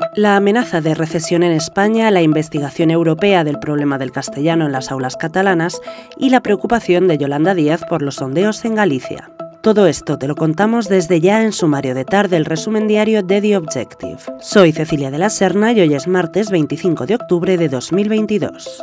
La amenaza de recesión en España, la investigación europea del problema del castellano en las aulas catalanas y la preocupación de Yolanda Díaz por los sondeos en Galicia. Todo esto te lo contamos desde ya en Sumario de Tarde, el resumen diario de The Objective. Soy Cecilia de la Serna y hoy es martes 25 de octubre de 2022.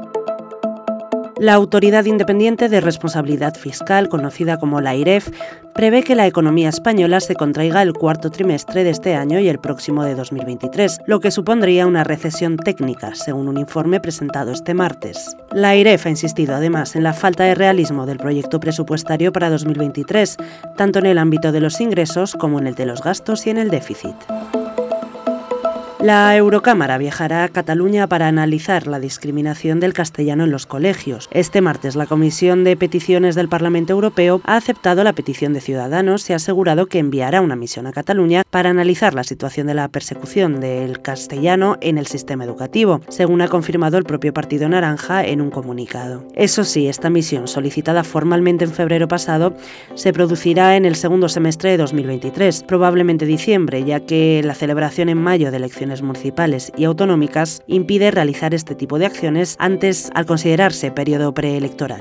La Autoridad Independiente de Responsabilidad Fiscal, conocida como la AIREF, prevé que la economía española se contraiga el cuarto trimestre de este año y el próximo de 2023, lo que supondría una recesión técnica, según un informe presentado este martes. La AIREF ha insistido además en la falta de realismo del proyecto presupuestario para 2023, tanto en el ámbito de los ingresos como en el de los gastos y en el déficit. La Eurocámara viajará a Cataluña para analizar la discriminación del castellano en los colegios. Este martes, la Comisión de Peticiones del Parlamento Europeo ha aceptado la petición de Ciudadanos y ha asegurado que enviará una misión a Cataluña para analizar la situación de la persecución del castellano en el sistema educativo, según ha confirmado el propio Partido Naranja en un comunicado. Eso sí, esta misión, solicitada formalmente en febrero pasado, se producirá en el segundo semestre de 2023, probablemente diciembre, ya que la celebración en mayo de elecciones municipales y autonómicas impide realizar este tipo de acciones antes al considerarse periodo preelectoral.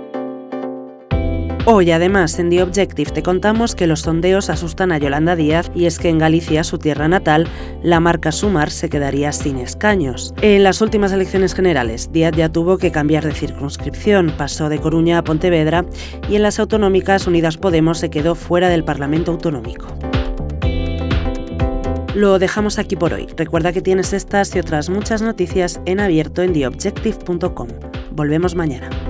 Hoy, además, en The Objective te contamos que los sondeos asustan a Yolanda Díaz y es que en Galicia, su tierra natal, la marca Sumar se quedaría sin escaños. En las últimas elecciones generales, Díaz ya tuvo que cambiar de circunscripción, pasó de Coruña a Pontevedra y en las autonómicas Unidas Podemos se quedó fuera del Parlamento Autonómico. Lo dejamos aquí por hoy. Recuerda que tienes estas y otras muchas noticias en abierto en theobjective.com. Volvemos mañana.